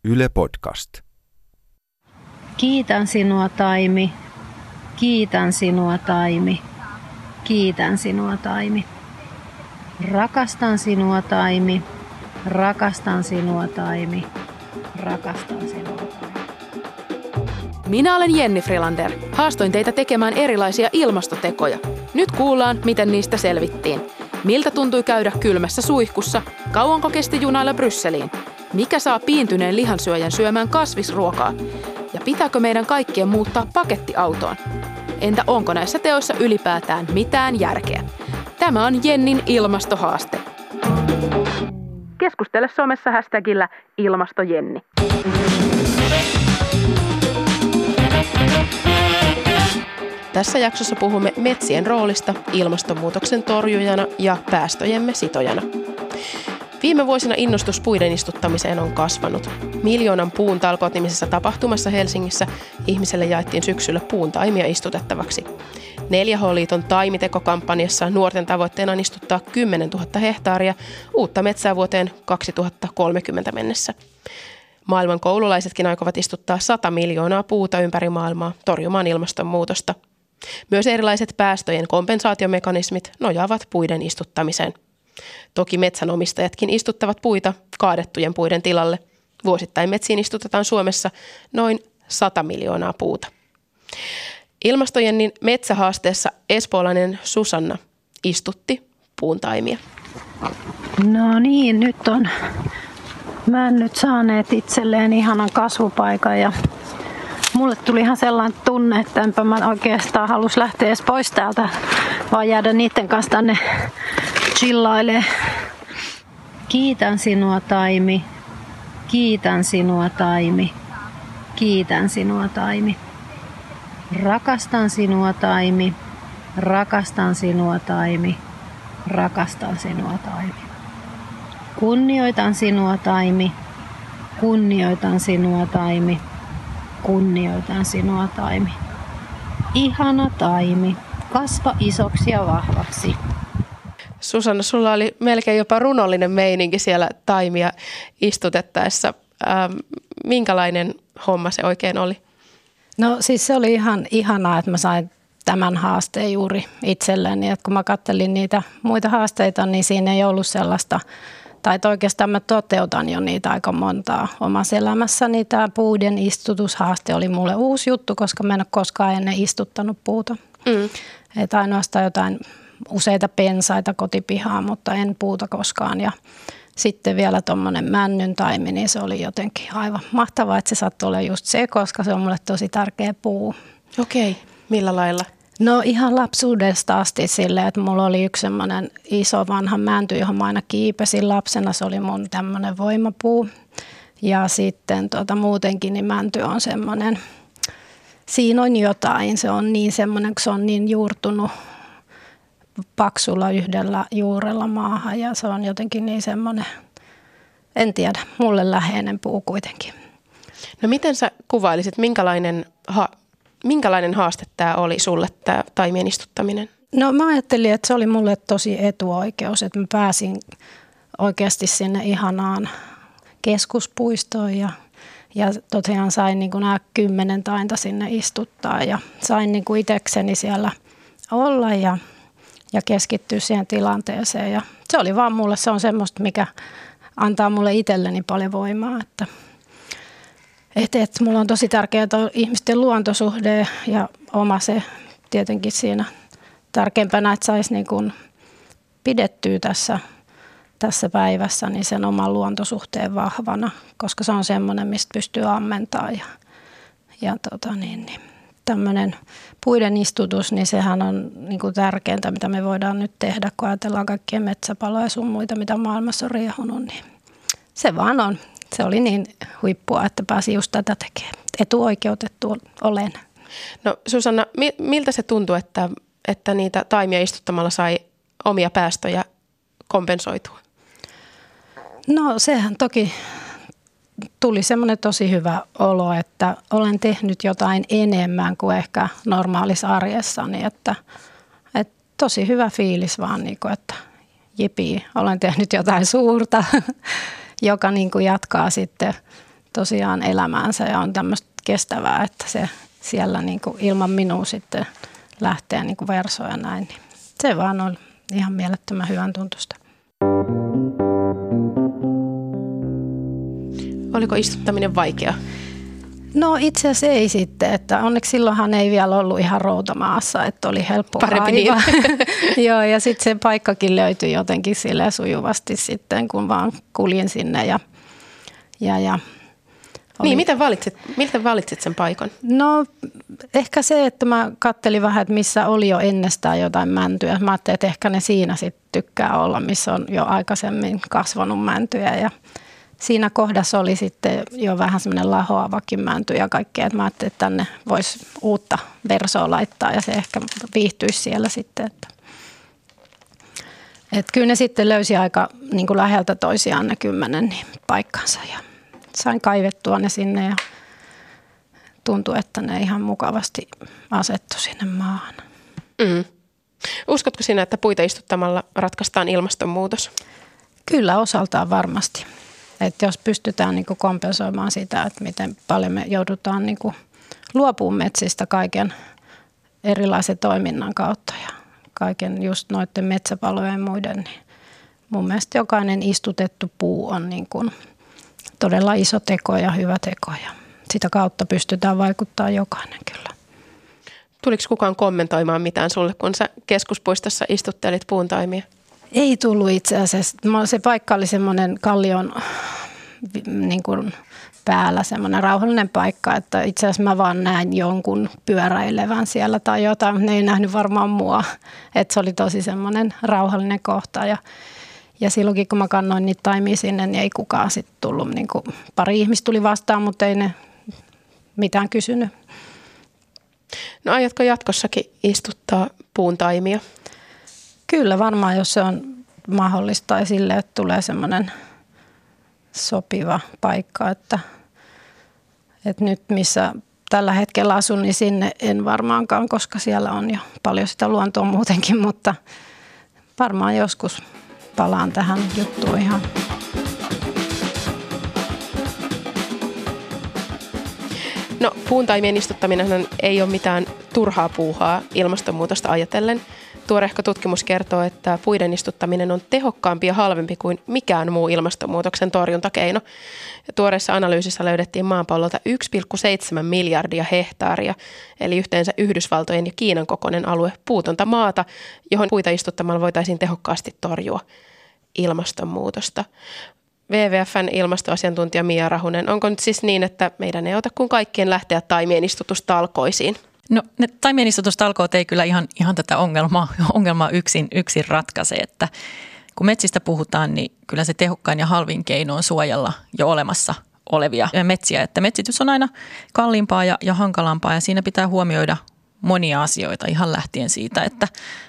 Yle Podcast. Kiitän sinua taimi, kiitän sinua taimi, kiitän sinua taimi. Rakastan sinua taimi, rakastan sinua taimi, rakastan sinua taimi. Minä olen Jenni Frilander. Haastoin teitä tekemään erilaisia ilmastotekoja. Nyt kuullaan, miten niistä selvittiin. Miltä tuntui käydä kylmässä suihkussa? Kauanko kesti junailla Brysseliin? Mikä saa piintyneen lihansyöjän syömään kasvisruokaa? Ja pitääkö meidän kaikkien muuttaa pakettiautoon? Entä onko näissä teoissa ylipäätään mitään järkeä? Tämä on Jennin ilmastohaaste. Keskustele somessa hashtagillä ilmastojenni. Tässä jaksossa puhumme metsien roolista ilmastonmuutoksen torjujana ja päästöjemme sitojana. Viime vuosina innostus puiden istuttamiseen on kasvanut. 1 miljoonan puun talkoot -nimisessä tapahtumassa Helsingissä ihmiselle jaettiin syksyllä puuntaimia istutettavaksi. 4H-liiton taimitekokampanjassa nuorten tavoitteena on istuttaa 10 000 hehtaaria uutta metsää vuoteen 2030 mennessä. Maailman koululaisetkin aikovat istuttaa 100 miljoonaa puuta ympäri maailmaa torjumaan ilmastonmuutosta. Myös erilaiset päästöjen kompensaatiomekanismit nojaavat puiden istuttamiseen. Toki metsänomistajatkin istuttavat puita kaadettujen puiden tilalle. Vuosittain metsiin istutetaan Suomessa noin 100 miljoonaa puuta. Ilmastojennin metsähaasteessa espoolainen Susanna istutti puuntaimia. No niin, nyt on männyt saaneet itselleen ihanan kasvupaikan ja mulle tuli ihan sellainen tunne, että enpä mä oikeastaan halus lähteä edes pois täältä, vaan jäädä niiden kanssa tänne chillailemaan. Kiitän sinua taimi, kiitän sinua taimi, kiitän sinua taimi. Rakastan sinua taimi, rakastan sinua taimi, rakastan sinua taimi. Kunnioitan sinua taimi, kunnioitan sinua taimi, kunnioitan sinua taimi. Ihana taimi, kasva isoksi ja vahvaksi. Susanna, sulla oli melkein jopa runollinen meininki siellä taimia istutettaessa. Minkälainen homma se oikein oli? No siis se oli ihan ihanaa, että mä sain tämän haasteen juuri itselleni. Että kun mä katselin niitä muita haasteita, niin siinä ei ollut sellaista, tai oikeastaan mä toteutan jo niitä aika montaa omassa elämässäni. Tämä puiden istutushaaste oli mulle uusi juttu, koska mä en ole koskaan ennen istuttanut puuta. Että ainoastaan jotain useita pensaita kotipihaan, mutta en puuta koskaan. Ja sitten vielä tuommoinen männyntaimi, niin se oli jotenkin aivan mahtavaa, että se sattui olemaan just se, koska se on mulle tosi tärkeä puu. Okei, millä lailla? No ihan lapsuudesta asti silleen, että mulla oli yksi semmoinen iso vanha mänty, johon mä aina kiipesin lapsena. Se oli mun tämmöinen voimapuu. Ja sitten muutenkin niin mänty on semmoinen, siinä on jotain. Se on niin semmoinen, kun se on niin juurtunut paksulla yhdellä juurella maahan ja se on jotenkin niin semmoinen, en tiedä, mulle läheinen puu kuitenkin. No miten sä kuvailisit, minkälainen haaste tämä oli sulle, tämä taimien istuttaminen? No mä ajattelin, että se oli mulle tosi etuoikeus, että mä pääsin oikeasti sinne ihanaan keskuspuistoon ja tosiaan sain niin kuin nämä 10 tainta sinne istuttaa ja sain niin kuin itsekseni siellä olla ja keskittyä siihen tilanteeseen. Ja se oli vaan mulle, se on semmoista, mikä antaa mulle itselleni paljon voimaa. Että mulla on tosi tärkeää ihmisten luontosuhde ja oma se tietenkin siinä tärkeimpänä, että saisi niin kuin pidettyä tässä päivässä niin sen oman luontosuhteen vahvana, koska se on semmoinen, mistä pystyy ammentamaan. Ja tämmöinen puiden istutus, niin sehän on niin kuin tärkeintä, mitä me voidaan nyt tehdä, kun ajatellaan kaikkia metsäpaloja ja sun muita, mitä maailmassa on riehunut. Niin se vaan on. Se oli niin huippua, että pääsi just tätä tekemään. Etuoikeutettu olen. No Susanna, miltä se tuntui, että niitä taimia istuttamalla sai omia päästöjä kompensoitua? No sehän toki tuli semmoinen tosi hyvä olo, että olen tehnyt jotain enemmän kuin ehkä normaalissa arjessani, että tosi hyvä fiilis vaan, niin kuin, että jipii, olen tehnyt jotain suurta, joka niin kuin jatkaa sitten tosiaan elämäänsä ja on tämmöistä kestävää, että se siellä niin kuin ilman minua sitten lähtee niin kuin versoon ja näin. Niin se vaan on ihan mielettömän hyvän tuntusta. Oliko istuttaminen vaikea? No itse asiassa ei sitten, että onneksi silloinhan ei vielä ollut ihan routamaassa, että oli helppo Parempi niin. Joo, ja sitten se paikkakin löytyi jotenkin silleen sujuvasti sitten, kun vaan kuljin sinne ja oli. Niin, miten valitsit sen paikan? No ehkä se, että mä kattelin vähän, että missä oli jo ennestään jotain mäntyjä. Mä ajattelin, että ehkä ne siinä sitten tykkää olla, missä on jo aikaisemmin kasvanut mäntyjä ja siinä kohdassa oli sitten jo vähän semmoinen lahoavakin mänty ja kaikkea, että mä ajattelin, että tänne voisi uutta versoa laittaa ja se ehkä viihtyisi siellä sitten. Että kyllä ne sitten löysi aika niin kuin läheltä toisiaan ne 10 niin paikkansa ja sain kaivettua ne sinne ja tuntui, että ne ihan mukavasti asettu sinne maahan. Mm. Uskotko sinä, että puita istuttamalla ratkaistaan ilmastonmuutos? Kyllä osaltaan varmasti. Että jos pystytään niin kuin kompensoimaan sitä, että miten paljon me joudutaan niin kuin luopumaan metsistä kaiken erilaisen toiminnan kautta ja kaiken just noiden metsäpalojen ja muiden, niin mun mielestä jokainen istutettu puu on niin kuin todella iso teko ja hyvä teko ja sitä kautta pystytään vaikuttamaan jokainen kyllä. Tuliko kukaan kommentoimaan mitään sulle, kun sä keskuspuistossa istuttelit puuntaimia? Ei tullut itse asiassa. Se paikka oli semmoinen kallion niin kuin päällä semmoinen rauhallinen paikka, että itse asiassa mä vaan näin jonkun pyöräilevän siellä tai jotain, mutta ne ei nähnyt varmaan mua. Että se oli tosi semmoinen rauhallinen kohta ja silloinkin kun mä kannoin niitä taimia sinne, niin ei kukaan sitten tullut. Niin kuin pari ihmistä tuli vastaan, mutta ei ne mitään kysynyt. No aiotko jatkossakin istuttaa puuntaimia? Kyllä varmaan, jos se on mahdollista ja sille, että tulee semmoinen sopiva paikka, että nyt missä tällä hetkellä asun, niin sinne en varmaankaan, koska siellä on jo paljon sitä luontoa muutenkin, mutta varmaan joskus palaan tähän juttuun ihan. No puuntaimien istuttaminen ei ole mitään turhaa puuhaa ilmastonmuutosta ajatellen. Tuorehko tutkimus kertoo, että puiden istuttaminen on tehokkaampi ja halvempi kuin mikään muu ilmastonmuutoksen torjuntakeino. Ja tuoreessa analyysissä löydettiin maapallolta 1,7 miljardia hehtaaria, eli yhteensä Yhdysvaltojen ja Kiinan kokoinen alue puutonta maata, johon puita istuttamalla voitaisiin tehokkaasti torjua ilmastonmuutosta. WWF:n ilmastoasiantuntija Mia Rahunen, onko nyt siis niin, että meidän ei ota kuin kaikkien lähteä taimien istutustalkoisiin? No ne taimien istutustalkoot ei kyllä ihan tätä ongelmaa yksin ratkaise, että kun metsistä puhutaan, niin kyllä se tehokkain ja halvin keino on suojella jo olemassa olevia metsiä, että metsitys on aina kalliimpaa ja hankalampaa ja siinä pitää huomioida monia asioita ihan lähtien siitä, että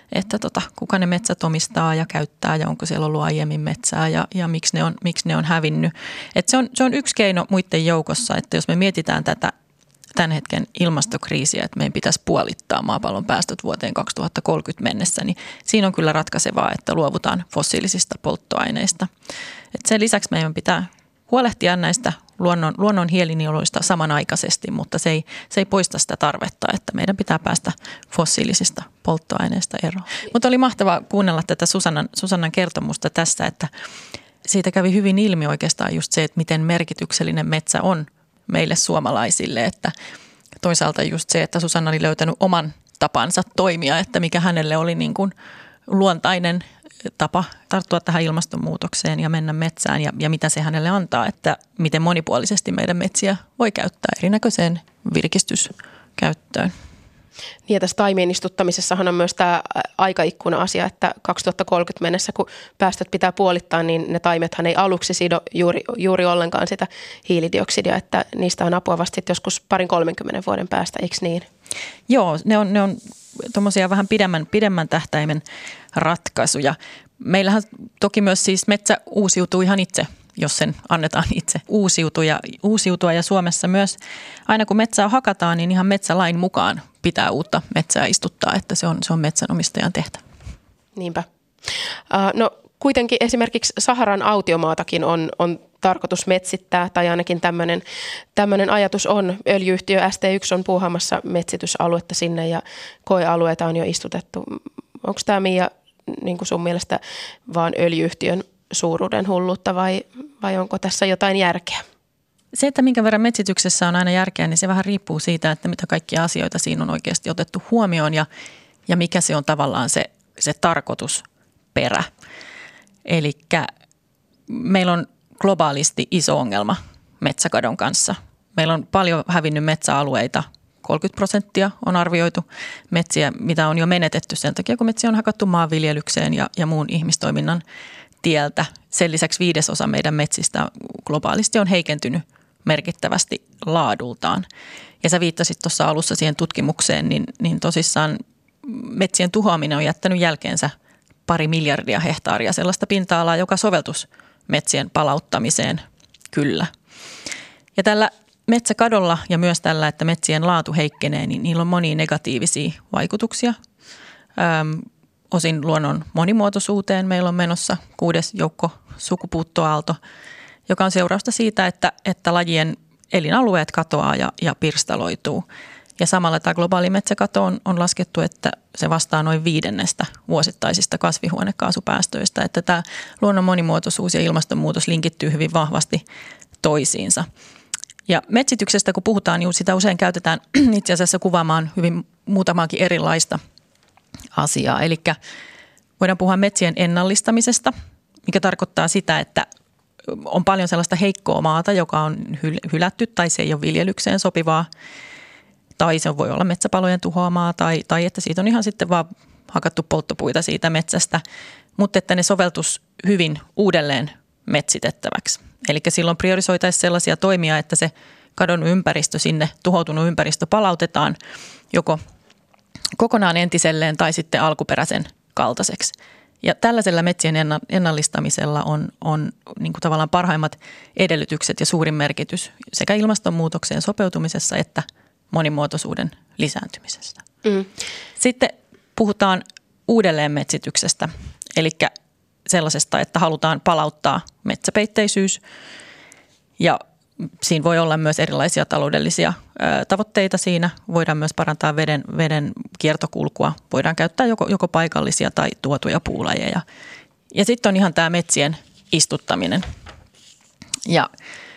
kuka ne metsät omistaa ja käyttää ja onko siellä ollut aiemmin metsää ja miksi ne on hävinnyt. Että se on yksi keino muiden joukossa, että jos me mietitään tätä tämän hetken ilmastokriisiä, että meidän pitäisi puolittaa maapallon päästöt vuoteen 2030 mennessä, niin siinä on kyllä ratkaisevaa, että luovutaan fossiilisista polttoaineista. Et sen lisäksi meidän pitää huolehtia näistä luonnon hiilinieluista samanaikaisesti, mutta se ei poista sitä tarvetta, että meidän pitää päästä fossiilisista polttoaineista eroon. Mutta oli mahtavaa kuunnella tätä Susannan kertomusta tässä, että siitä kävi hyvin ilmi oikeastaan just se, että miten merkityksellinen metsä on meille suomalaisille, että toisaalta just se, että Susanna oli löytänyt oman tapansa toimia, että mikä hänelle oli niin kuin luontainen tapa tarttua tähän ilmastonmuutokseen ja mennä metsään ja mitä se hänelle antaa, että miten monipuolisesti meidän metsiä voi käyttää erinäköiseen virkistyskäyttöön. Niin ja tässä taimien istuttamisessahan on myös tämä aikaikkuna-asia, että 2030 mennessä, kun päästöt pitää puolittaa, niin ne taimethan ei aluksi sido juuri ollenkaan sitä hiilidioksidia, että niistä on apua vasta joskus 20-30 vuoden päästä, eikö niin? Joo, ne on tuommoisia vähän pidemmän tähtäimen ratkaisuja. Meillähän toki myös siis metsä uusiutuu ihan itse, jos sen annetaan itse uusiutua ja Suomessa myös aina kun metsää hakataan, niin ihan metsälain mukaan pitää uutta metsää istuttaa, että se on metsänomistajan tehtävä. Niinpä. No kuitenkin esimerkiksi Saharan autiomaatakin on tarkoitus metsittää, tai ainakin tämmöinen ajatus on. Öljy-yhtiö ST1 on puuhaamassa metsitysaluetta sinne ja koealueita on jo istutettu. Onko tämä, Mia, niin kuin sun mielestä vaan öljy-yhtiön suuruuden hulluutta vai onko tässä jotain järkeä? Se, että minkä verran metsityksessä on aina järkeä, niin se vähän riippuu siitä, että mitä kaikkia asioita siinä on oikeasti otettu huomioon ja mikä se on tavallaan se tarkoitusperä. Eli meillä on globaalisti iso ongelma metsäkadon kanssa. Meillä on paljon hävinnyt metsäalueita, 30% on arvioitu metsiä, mitä on jo menetetty sen takia, kun metsiä on hakattu maanviljelykseen ja muun ihmistoiminnan tieltä. Sen lisäksi 1/5 meidän metsistä globaalisti on heikentynyt merkittävästi laadultaan. Ja sä viittasit tuossa alussa siihen tutkimukseen, niin tosissaan metsien tuhoaminen on jättänyt jälkeensä 2 miljardia hehtaaria sellaista pinta-alaa, joka soveltuisi metsien palauttamiseen kyllä. Ja tällä metsäkadolla ja myös tällä, että metsien laatu heikkenee, niin niillä on monia negatiivisia vaikutuksia. Osin luonnon monimuotoisuuteen meillä on menossa 6. joukko sukupuuttoaalto, joka on seurausta siitä, että lajien elinalueet katoaa ja pirstaloituu. Ja samalla tämä globaali metsäkato on laskettu, että se vastaa noin 1/5 vuosittaisista kasvihuonekaasupäästöistä. Että tämä luonnon monimuotoisuus ja ilmastonmuutos linkittyy hyvin vahvasti toisiinsa. Ja metsityksestä kun puhutaan, niin sitä usein käytetään itse asiassa kuvaamaan hyvin muutamaakin erilaista asiaa. Eli voidaan puhua metsien ennallistamisesta, mikä tarkoittaa sitä, että on paljon sellaista heikkoa maata, joka on hylätty tai se ei ole viljelykseen sopivaa. Tai se voi olla metsäpalojen tuhoamaa tai että siitä on ihan sitten vaan hakattu polttopuita siitä metsästä, mutta että ne soveltus hyvin uudelleen metsitettäväksi. Eli silloin priorisoitaisiin sellaisia toimia, että se kadonnut ympäristö sinne, tuhoutunut ympäristö palautetaan joko kokonaan entiselleen tai sitten alkuperäisen kaltaiseksi. Ja tällaisella metsien ennallistamisella on niin kuin tavallaan parhaimmat edellytykset ja suurin merkitys sekä ilmastonmuutokseen sopeutumisessa että monimuotoisuuden lisääntymisestä. Sitten puhutaan uudelleenmetsityksestä, eli sellaisesta, että halutaan palauttaa metsäpeitteisyys ja siinä voi olla myös erilaisia taloudellisia tavoitteita siinä. Voidaan myös parantaa veden kiertokulkua, voidaan käyttää joko paikallisia tai tuotuja puulajeja. Ja sitten on ihan tämä metsien istuttaminen ja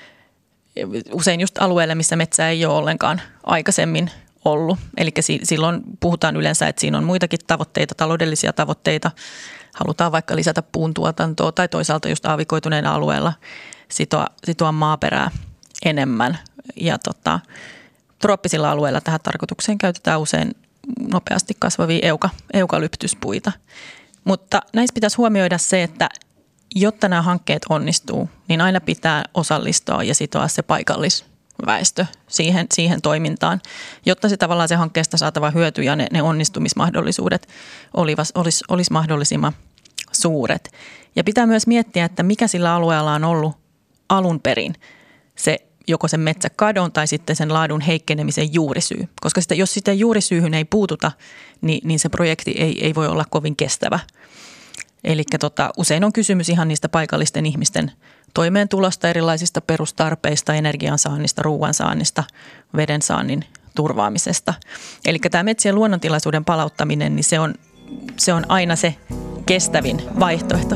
usein just alueelle, missä metsää ei ole ollenkaan aikaisemmin ollut. Eli silloin puhutaan yleensä, että siinä on muitakin tavoitteita, taloudellisia tavoitteita. Halutaan vaikka lisätä puun tuotantoa tai toisaalta just aavikoituneen alueella sitoa maaperää enemmän. Ja trooppisilla alueilla tähän tarkoitukseen käytetään usein nopeasti kasvavia eukalyptuspuita. Mutta näissä pitäisi huomioida se, että jotta nämä hankkeet onnistuu, niin aina pitää osallistua ja sitoa se paikallisväestö siihen toimintaan, jotta se tavallaan se hankkeesta saatava hyöty ja ne onnistumismahdollisuudet olisi mahdollisimman suuret. Ja pitää myös miettiä, että mikä sillä alueella on ollut alun perin se joko sen metsäkadon tai sitten sen laadun heikkenemisen juurisyy. Koska jos sitä juurisyyhyn ei puututa, niin se projekti ei voi olla kovin kestävä. Eli usein on kysymys ihan niistä paikallisten ihmisten toimeentulosta, erilaisista perustarpeista, energiansaannista, ruoansaannista, vedensaannin turvaamisesta. Eli tämä metsien luonnontilaisuuden palauttaminen, niin se on aina se kestävin vaihtoehto.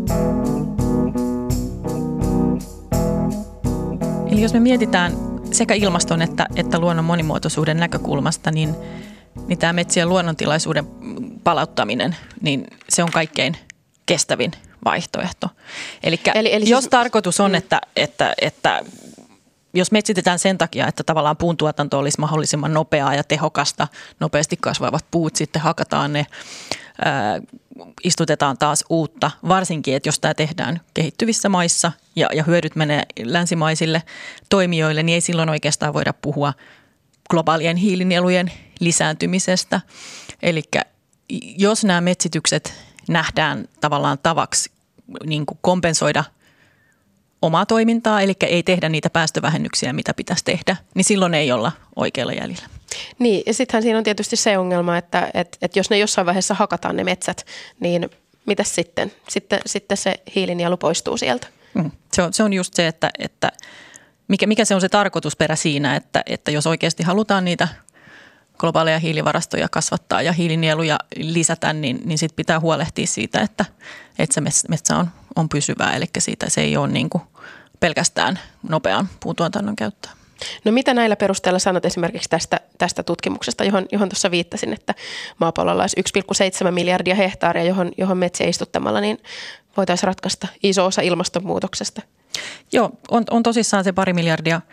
Eli jos me mietitään sekä ilmaston että luonnon monimuotoisuuden näkökulmasta, niin tämä metsien luonnontilaisuuden palauttaminen, niin se on kaikkein kestävin vaihtoehto. Eli jos tarkoitus on, että jos metsitetään sen takia, että tavallaan puuntuotanto olisi mahdollisimman nopeaa ja tehokasta, nopeasti kasvavat puut sitten hakataan ne, istutetaan taas uutta, varsinkin, että jos tämä tehdään kehittyvissä maissa ja hyödyt menee länsimaisille toimijoille, niin ei silloin oikeastaan voida puhua globaalien hiilinielujen lisääntymisestä. Eli jos nämä metsitykset nähdään tavallaan tavaksi niin kuin kompensoida omaa toimintaa, eli ei tehdä niitä päästövähennyksiä, mitä pitäisi tehdä, niin silloin ei olla oikealla jäljellä. Niin, ja sittenhän siinä on tietysti se ongelma, että jos ne jossain vaiheessa hakataan ne metsät, niin mitäs sitten? Sitten se hiilinielu poistuu sieltä. Se on just se, että mikä se on se tarkoitusperä siinä, että jos oikeasti halutaan niitä globaaleja hiilivarastoja kasvattaa ja hiilinieluja lisätä, niin sit pitää huolehtia siitä, että se metsä on pysyvää. Eli siitä se ei ole niin kuin pelkästään nopean puutuotannon käyttöä. No mitä näillä perusteella sanot esimerkiksi tästä tutkimuksesta, johon tuossa viittasin, että maapallolla olisi 1,7 miljardia hehtaaria, johon metsiä istuttamalla, niin voitaisiin ratkaista iso osa ilmastonmuutoksesta? Joo, on tosissaan se 2 miljardia,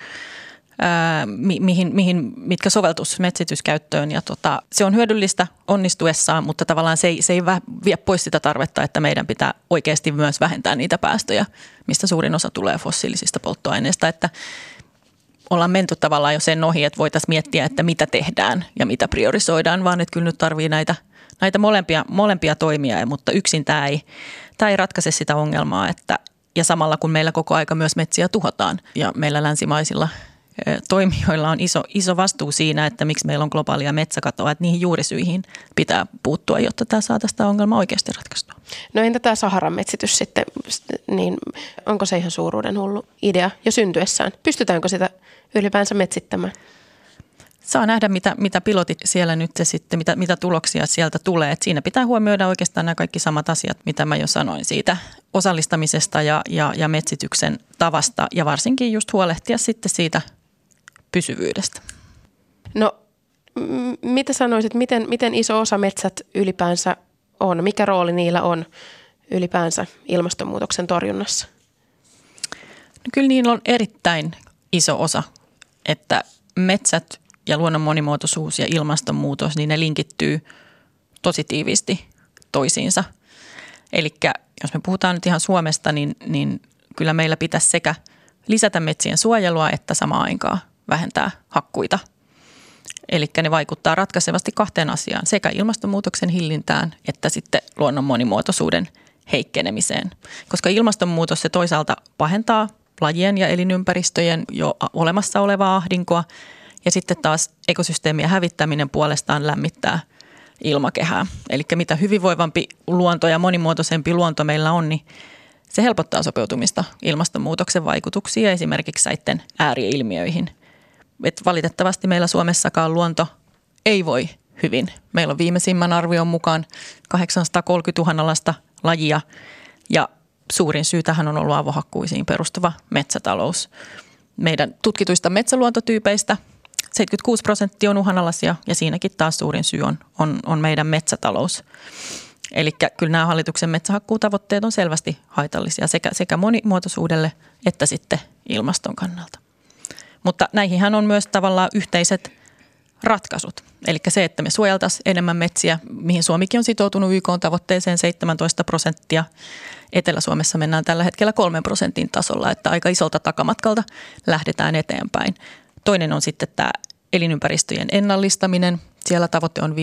mitkä soveltuisi metsityskäyttöön. Ja se on hyödyllistä onnistuessaan, mutta tavallaan se ei vie pois sitä tarvetta, että meidän pitää oikeasti myös vähentää niitä päästöjä, mistä suurin osa tulee fossiilisista polttoaineista, että ollaan menty tavallaan jo sen ohi, että voitaisiin miettiä, että mitä tehdään ja mitä priorisoidaan, vaan että kyllä nyt tarvii näitä molempia toimia, mutta yksin tämä ei ratkaise sitä ongelmaa, ja samalla kun meillä koko aika myös metsiä tuhotaan ja meillä länsimaisilla toimijoilla on iso vastuu siinä, että miksi meillä on globaalia metsäkatoa, että niihin juurisyihin pitää puuttua, jotta tämä saataisiin tämä ongelma oikeasti ratkaistua. No entä tämä Saharan metsitys sitten, niin onko se ihan suuruuden hullu idea jo syntyessään? Pystytäänkö sitä ylipäänsä metsittämään? Saa nähdä, mitä pilotit siellä nyt sitten, mitä tuloksia sieltä tulee. Et siinä pitää huomioida oikeastaan nämä kaikki samat asiat, mitä mä jo sanoin siitä osallistamisesta ja metsityksen tavasta ja varsinkin just huolehtia sitten siitä pysyvyydestä. No mitä sanoisit, miten iso osa metsät ylipäänsä on? Mikä rooli niillä on ylipäänsä ilmastonmuutoksen torjunnassa? No kyllä niillä on erittäin iso osa, että metsät ja luonnon monimuotoisuus ja ilmastonmuutos, niin ne linkittyy tosi tiiviisti toisiinsa. Eli jos me puhutaan nyt ihan Suomesta, niin kyllä meillä pitäisi sekä lisätä metsien suojelua että samaan aikaan vähentää hakkuita. Eli ne vaikuttaa ratkaisevasti 2 asiaan, sekä ilmastonmuutoksen hillintään että sitten luonnon monimuotoisuuden heikkenemiseen. Koska ilmastonmuutos se toisaalta pahentaa lajien ja elinympäristöjen jo olemassa olevaa ahdinkoa, ja sitten taas ekosysteemien hävittäminen puolestaan lämmittää ilmakehää. Eli mitä hyvinvoivampi luonto ja monimuotoisempi luonto meillä on, niin se helpottaa sopeutumista ilmastonmuutoksen vaikutuksiin ja esimerkiksi säitten ääriilmiöihin. Et valitettavasti meillä Suomessakaan luonto ei voi hyvin. Meillä on viimeisimmän arvion mukaan 830 000 lajia ja suurin syy tähän on ollut avohakkuisiin perustuva metsätalous. Meidän tutkituista metsäluontotyypeistä 76% on uhanalaisia ja siinäkin taas suurin syy on meidän metsätalous. Eli kyllä nämä hallituksen metsähakkuutavoitteet on selvästi haitallisia sekä monimuotoisuudelle että sitten ilmaston kannalta. Mutta näihinhän on myös tavallaan yhteiset ratkaisut. Eli se, että me suojeltaisiin enemmän metsiä, mihin Suomikin on sitoutunut YK-tavoitteeseen 17%. Etelä-Suomessa mennään tällä hetkellä 3% tasolla, että aika isolta takamatkalta lähdetään eteenpäin. Toinen on sitten tämä elinympäristöjen ennallistaminen. Siellä tavoite on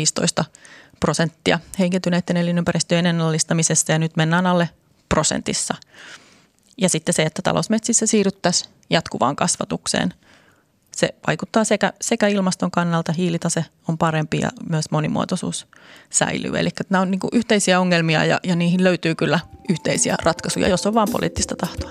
15% heikentyneiden elinympäristöjen ennallistamisesta ja nyt mennään alle prosentissa. Ja sitten se, että talousmetsissä siirryttäisiin jatkuvaan kasvatukseen. Se vaikuttaa sekä ilmaston kannalta, hiilitase on parempi ja myös monimuotoisuus säilyy. Eli nämä on niin kuin yhteisiä ongelmia ja niihin löytyy kyllä yhteisiä ratkaisuja, jos on vain poliittista tahtoa.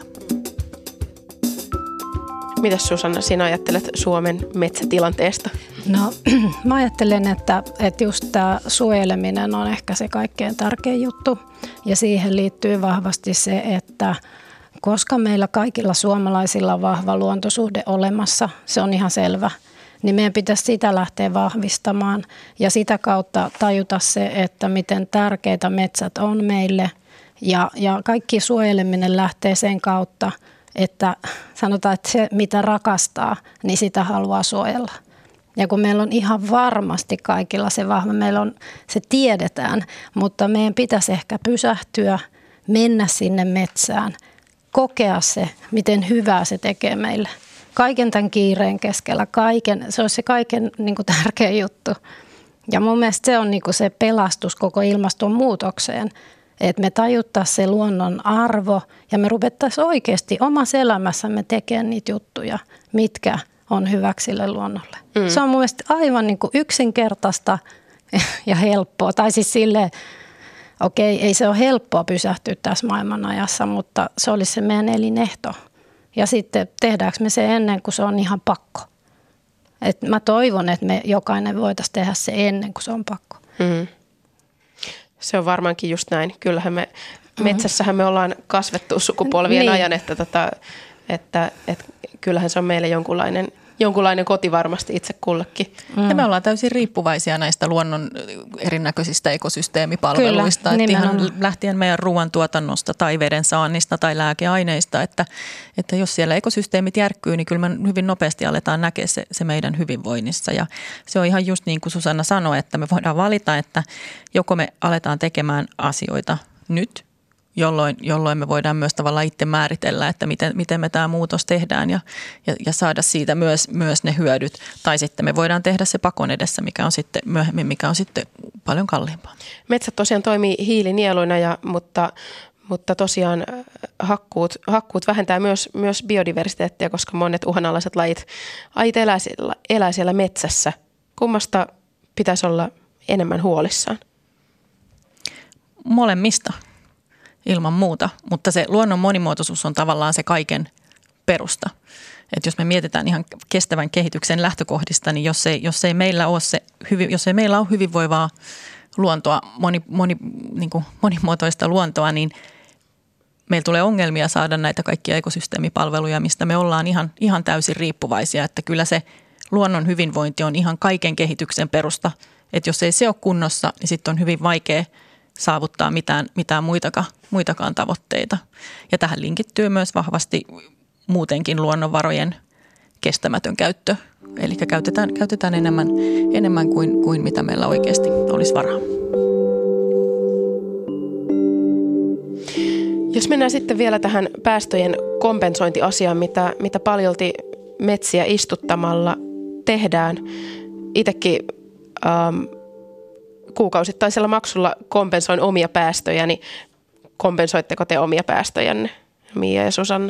Mitäs Susanna, sinä ajattelet Suomen metsätilanteesta? No mä ajattelen, että just tämä suojeleminen on ehkä se kaikkein tärkein juttu ja siihen liittyy vahvasti se, että koska meillä kaikilla suomalaisilla on vahva luontosuhde olemassa, se on ihan selvä, niin meidän pitäisi sitä lähteä vahvistamaan ja sitä kautta tajuta se, että miten tärkeitä metsät on meille ja kaikki suojeleminen lähtee sen kautta, että sanotaan, että se mitä rakastaa, niin sitä haluaa suojella. Ja kun meillä on ihan varmasti kaikilla se vahva, se tiedetään, mutta meidän pitäisi ehkä pysähtyä, mennä sinne metsään, kokea se, miten hyvää se tekee meille. Kaiken tämän kiireen keskellä, se olisi se kaiken niin kuin tärkeä juttu. Ja mun mielestä se on niin kuin se pelastus koko ilmastonmuutokseen, että me tajuttaisiin se luonnon arvo ja me ruvettaisiin oikeasti omassa elämässämme tekemään niitä juttuja, mitkä on hyväksi sille luonnolle. Se on mun mielestä aivan niin kuin yksinkertaista ja helppoa. Tai siis silleen, okei, ei se ole helppoa pysähtyä tässä maailmanajassa, mutta se olisi se meidän elinehto. Ja sitten tehdäänkö me se ennen kuin se on ihan pakko. Et mä toivon, että me jokainen voitaisiin tehdä se ennen kuin se on pakko. Mm. Se on varmaankin just näin. Kyllähän me metsässähän me ollaan kasvettu sukupolvien ajan, että kyllähän se on meille jonkunlainen koti varmasti itse kullekin. Ja me ollaan täysin riippuvaisia näistä luonnon erinäköisistä ekosysteemipalveluista. Kyllä, että ihan lähtien meidän ruoantuotannosta tai veden saannista tai lääkeaineista, että jos siellä ekosysteemit järkkyy, niin kyllä me hyvin nopeasti aletaan näkeä se meidän hyvinvoinnissa. Ja se on ihan just niin kuin Susanna sanoi, että me voidaan valita, että joko me aletaan tekemään asioita nyt, jolloin me voidaan myös tavallaan itse määritellä, että miten me tämä muutos tehdään ja saada siitä myös ne hyödyt. Tai sitten me voidaan tehdä se pakon edessä, mikä on sitten myöhemmin, mikä on sitten paljon kalliimpaa. Metsät tosiaan toimii hiilinieluina, mutta tosiaan hakkuut vähentää myös biodiversiteettiä, koska monet uhanalaiset lajit elää siellä metsässä. Kummasta pitäisi olla enemmän huolissaan? Molemmista. Ilman muuta, mutta se luonnon monimuotoisuus on tavallaan se kaiken perusta. Että jos me mietitään ihan kestävän kehityksen lähtökohdista, niin jos ei meillä ole hyvinvoivaa luontoa, monimuotoista luontoa, niin meillä tulee ongelmia saada näitä kaikkia ekosysteemipalveluja, mistä me ollaan ihan täysin riippuvaisia. Että kyllä se luonnon hyvinvointi on ihan kaiken kehityksen perusta. Että jos ei se ole kunnossa, niin sitten on hyvin vaikea saavuttaa mitään muitakaan tavoitteita. Ja tähän linkittyy myös vahvasti muutenkin luonnonvarojen kestämätön käyttö. Eli käytetään enemmän kuin mitä meillä oikeasti olisi varaa. Jos mennään sitten vielä tähän päästöjen kompensointiasiaan, mitä paljolti metsiä istuttamalla tehdään. Itsekin kuukausittaisella maksulla kompensoin omia päästöjäni. Kompensoitteko te omia päästöjänne, Mia ja Susanna?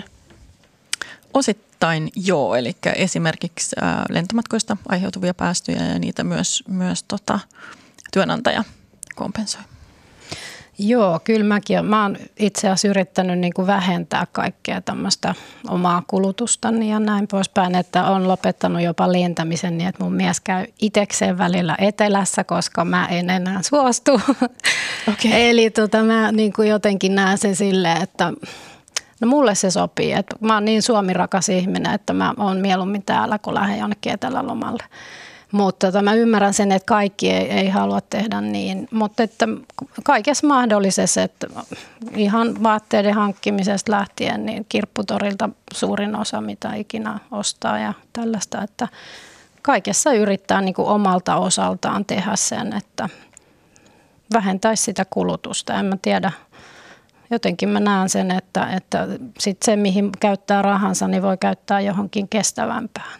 Osittain joo, eli esimerkiksi lentomatkoista aiheutuvia päästöjä ja niitä myös työnantaja kompensoi. Joo, kyllä mäkin. Mä oon itse asiassa yrittänyt niin kuin vähentää kaikkea tämmöistä omaa kulutustani ja näin poispäin, että on lopettanut jopa lentämisen niin, että mun mies käy itsekseen välillä etelässä, koska mä en enää suostu. Okay. Eli mä niin kuin jotenkin näen sen silleen, että no mulle se sopii. Että mä oon niin suomirakas ihminen, että mä oon mieluummin täällä, kun lähden jonnekin etelälomalle. Mutta mä ymmärrän sen, että kaikki ei halua tehdä niin, mutta että kaikessa mahdollisessa, että ihan vaatteiden hankkimisesta lähtien, niin kirpputorilta suurin osa, mitä ikinä ostaa ja tällaista, että kaikessa yrittää niin kuin omalta osaltaan tehdä sen, että vähentäisi sitä kulutusta. En mä tiedä, jotenkin mä näen sen, että sit se, mihin käyttää rahansa, niin voi käyttää johonkin kestävämpään.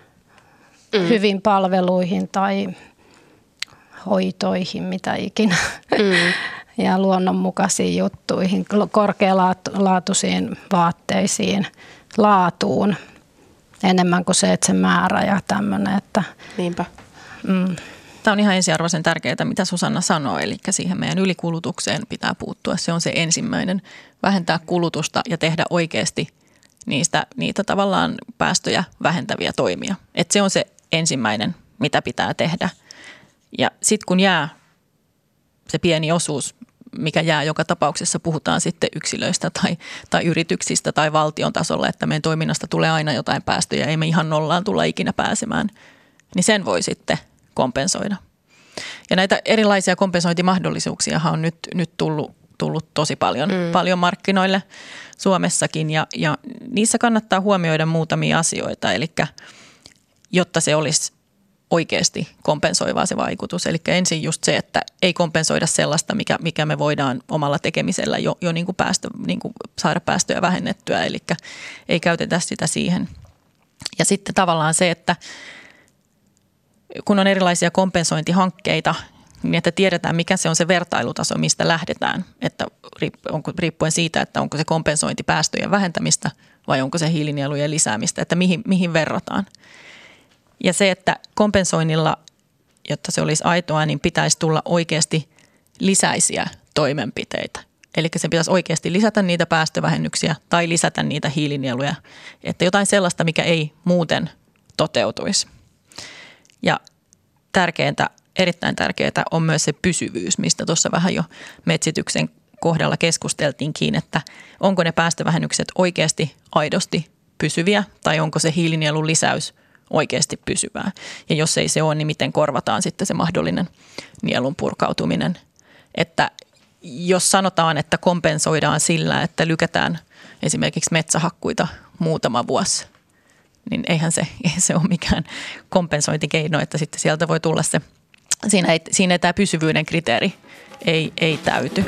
Hyvin palveluihin tai hoitoihin, mitä ikinä, ja luonnonmukaisiin juttuihin, korkealaatuisiin vaatteisiin, laatuun, enemmän kuin se määrä ja tämmöinen. Että, niinpä. Tämä on ihan ensiarvoisen tärkeää, mitä Susanna sanoi, eli siihen meidän ylikulutukseen pitää puuttua. Se on se ensimmäinen, vähentää kulutusta ja tehdä oikeasti niitä tavallaan päästöjä vähentäviä toimia. Että se on se ensimmäinen, mitä pitää tehdä. Ja sitten kun jää se pieni osuus, mikä jää joka tapauksessa, puhutaan sitten yksilöistä tai yrityksistä tai valtion tasolla, että meidän toiminnasta tulee aina jotain päästöjä, ei me ihan nollaan tulla ikinä pääsemään, niin sen voi sitten kompensoida. Ja näitä erilaisia kompensointimahdollisuuksiahan on nyt tullut tosi paljon markkinoille Suomessakin ja niissä kannattaa huomioida muutamia asioita, eli jotta se olisi oikeasti kompensoivaa se vaikutus. Eli ensin just se, että ei kompensoida sellaista, mikä me voidaan omalla tekemisellä jo niin kuin saada päästöjä vähennettyä, eli ei käytetä sitä siihen. Ja sitten tavallaan se, että kun on erilaisia kompensointihankkeita, niin että tiedetään, mikä se on se vertailutaso, mistä lähdetään, että riippuen siitä, että onko se kompensointi päästöjen vähentämistä vai onko se hiilinielujen lisäämistä, että mihin verrataan. Ja se, että kompensoinnilla, jotta se olisi aitoa, niin pitäisi tulla oikeasti lisäisiä toimenpiteitä. Eli se pitäisi oikeasti lisätä niitä päästövähennyksiä tai lisätä niitä hiilinieluja, että jotain sellaista, mikä ei muuten toteutuisi. Ja erittäin tärkeää on myös se pysyvyys, mistä tuossa vähän jo metsityksen kohdalla keskusteltiinkin, että onko ne päästövähennykset oikeasti aidosti pysyviä tai onko se hiilinielun lisäys oikeasti pysyvää. Ja jos ei se ole, niin miten korvataan sitten se mahdollinen nielun purkautuminen. Että jos sanotaan, että kompensoidaan sillä, että lykätään esimerkiksi metsähakkuita muutama vuosi, niin eihän se ole mikään kompensointikeino, että sitten sieltä voi tulla se, siinä ei tämä pysyvyyden kriteeri ei täyty.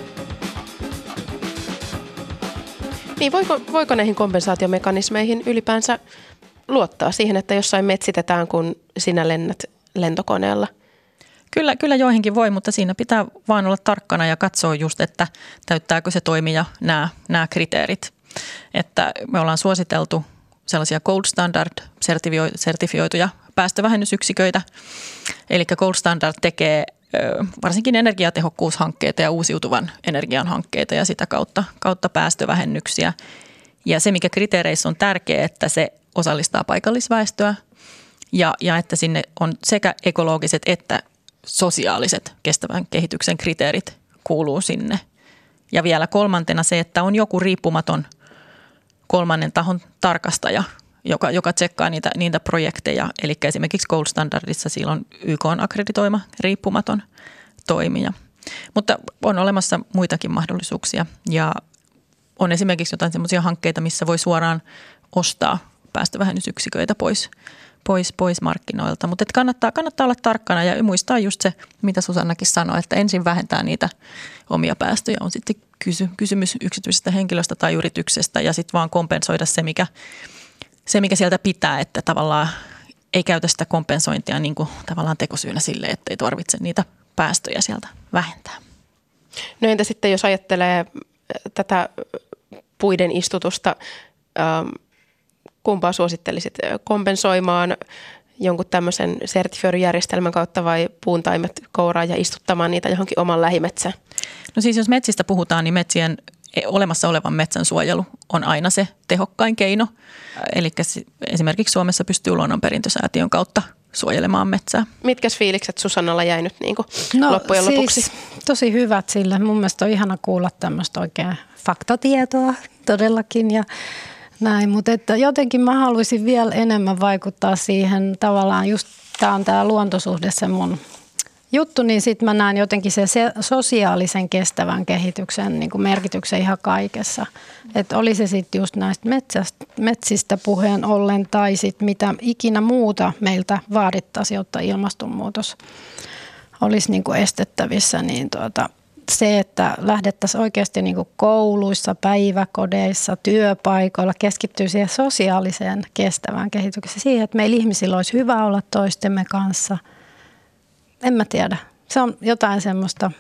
Niin, voiko näihin kompensaatiomekanismeihin ylipäänsä luottaa siihen, että jossain metsitetään, kun sinä lennät lentokoneella? Kyllä joihinkin voi, mutta siinä pitää vaan olla tarkkana ja katsoa just, että täyttääkö se toimija nämä kriteerit. Että me ollaan suositeltu sellaisia Gold Standard-sertifioituja päästövähennysyksiköitä. Eli Gold Standard tekee varsinkin energiatehokkuushankkeita ja uusiutuvan energian hankkeita ja sitä kautta päästövähennyksiä. Ja se, mikä kriteereissä on tärkeää, että se osallistaa paikallisväestöä ja että sinne on sekä ekologiset että sosiaaliset kestävän kehityksen kriteerit kuuluu sinne. Ja vielä kolmantena se, että on joku riippumaton kolmannen tahon tarkastaja, joka tsekkaa niitä projekteja. Eli esimerkiksi Gold Standardissa sillä on YK:n akkreditoima riippumaton toimija. Mutta on olemassa muitakin mahdollisuuksia ja on esimerkiksi jotain semmoisia hankkeita, missä voi suoraan ostaa päästövähennysyksiköitä pois markkinoilta. Mutta kannattaa olla tarkkana ja muistaa just se, mitä Susannakin sanoi, että ensin vähentää niitä omia päästöjä. On sitten kysymys yksityisestä henkilöstä tai yrityksestä ja sitten vaan kompensoida se, mikä sieltä pitää, että tavallaan ei käytä sitä kompensointia niin kuin tavallaan tekosyynä sille, että ei tarvitse niitä päästöjä sieltä vähentää. No entä sitten, jos ajattelee tätä puiden istutusta, kumpaa suosittelisit kompensoimaan jonkun tämmöisen sertifioidujärjestelmän kautta vai puuntaimet kouraan ja istuttamaan niitä johonkin oman lähimetsään? No siis jos metsistä puhutaan, niin metsien olemassa olevan metsän suojelu on aina se tehokkain keino. Eli esimerkiksi Suomessa pystyy Luonnonperintösäätiön kautta suojelemaan metsää. Mitkäs fiilikset Susannalla jäi nyt niin kuin loppujen lopuksi? Siis tosi hyvät sille. Mun mielestä on ihana kuulla tämmöistä oikein faktatietoa todellakin ja näin, mutta että jotenkin mä haluaisin vielä enemmän vaikuttaa siihen tavallaan just tämä luontosuhde se mun juttu, niin sitten mä näen jotenkin se sosiaalisen kestävän kehityksen niin kuin merkityksen ihan kaikessa. Että oli se sitten just näistä metsistä puheen ollen tai sitten mitä ikinä muuta meiltä vaadittaisiin, jotta ilmastonmuutos olisi niin kuin estettävissä, niin se, että lähdettäisiin oikeasti niin kuin kouluissa, päiväkodeissa, työpaikoilla, keskittyy siihen sosiaaliseen kestävään kehitykseen, siihen, että meillä ihmisillä olisi hyvä olla toistemme kanssa. En mä tiedä. Se on jotain semmoista,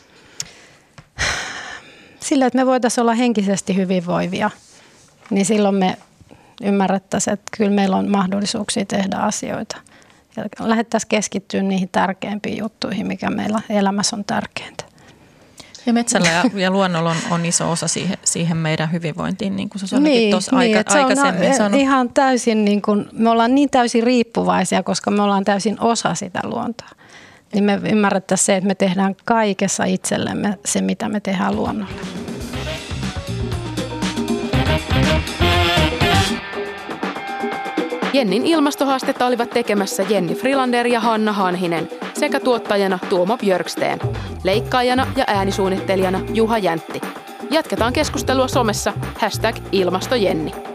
sillä että me voitaisiin olla henkisesti hyvinvoivia, niin silloin me ymmärrettäisiin, että kyllä meillä on mahdollisuuksia tehdä asioita. Ja lähdettäisiin keskittyä niihin tärkeimpiin juttuihin, mikä meillä elämässä on tärkeintä. Ja metsällä ja luonnolla on iso osa siihen meidän hyvinvointiin, niin kuin Susannakin tuossa aikaisemmin sanoi. Ihan täysin, niin kuin, me ollaan niin täysin riippuvaisia, koska me ollaan täysin osa sitä luontoa. Niin me ymmärrettäisiin se, että me tehdään kaikessa itsellemme se, mitä me tehdään luonnolle. Jennin ilmastohaastetta olivat tekemässä Jenni Frilander ja Hanna Hanhinen sekä tuottajana Tuomo Björksten, leikkaajana ja äänisuunnittelijana Juha Jäntti. Jatketaan keskustelua somessa #ilmastojenni.